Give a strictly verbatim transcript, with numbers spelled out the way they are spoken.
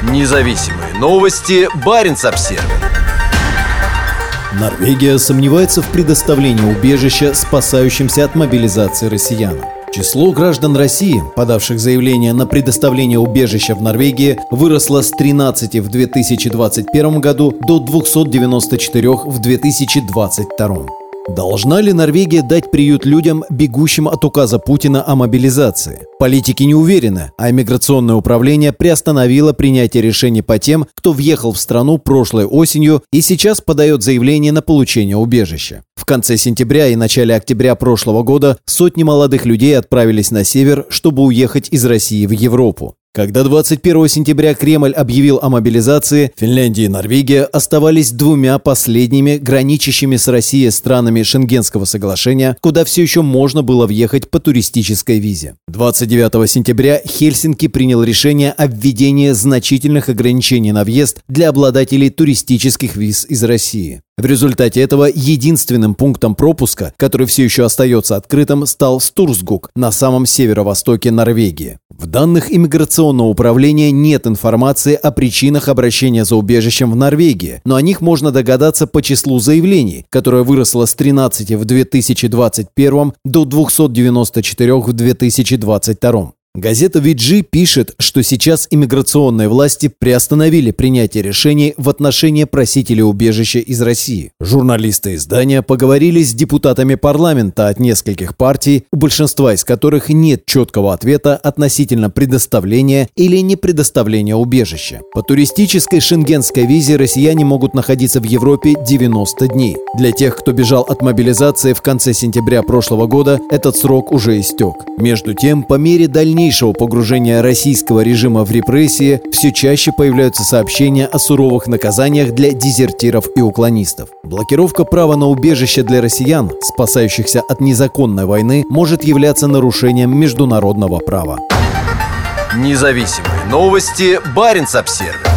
Независимые новости. Баренц-Обсервис. Норвегия сомневается в предоставлении убежища спасающимся от мобилизации россиянам. Число граждан России, подавших заявление на предоставление убежища в Норвегии, выросло с тринадцати в две тысячи двадцать первом году до двухсот девяноста четырёх в две тысячи двадцать втором. Должна ли Норвегия дать приют людям, бегущим от указа Путина о мобилизации? Политики не уверены, а иммиграционное управление приостановило принятие решений по тем, кто въехал в страну прошлой осенью и сейчас подает заявление на получение убежища. В конце сентября и начале октября прошлого года сотни молодых людей отправились на север, чтобы уехать из России в Европу. Когда двадцать первого сентября Кремль объявил о мобилизации, Финляндия и Норвегия оставались двумя последними граничащими с Россией странами Шенгенского соглашения, куда все еще можно было въехать по туристической визе. двадцать девятого сентября Хельсинки принял решение о введении значительных ограничений на въезд для обладателей туристических виз из России. В результате этого единственным пунктом пропуска, который все еще остается открытым, стал Стурсгук на самом северо-востоке Норвегии. В данных иммиграционного управления нет информации о причинах обращения за убежищем в Норвегии, но о них можно догадаться по числу заявлений, которое выросло с тринадцати в две тысячи двадцать первом до двухсот девяноста четырёх в две тысячи двадцать втором. Газета ви джи пишет, что сейчас иммиграционные власти приостановили принятие решений в отношении просителей убежища из России. Журналисты издания поговорили с депутатами парламента от нескольких партий, у большинства из которых нет четкого ответа относительно предоставления или не предоставления убежища. По туристической шенгенской визе россияне могут находиться в Европе девяносто дней. Для тех, кто бежал от мобилизации в конце сентября прошлого года, этот срок уже истек. Между тем, по мере дальнейшего погружения российского режима в репрессии все чаще появляются сообщения о суровых наказаниях для дезертиров и уклонистов. Блокировка права на убежище для россиян, спасающихся от незаконной войны, может являться нарушением международного права. Независимые новости. Баренц-Обсервис.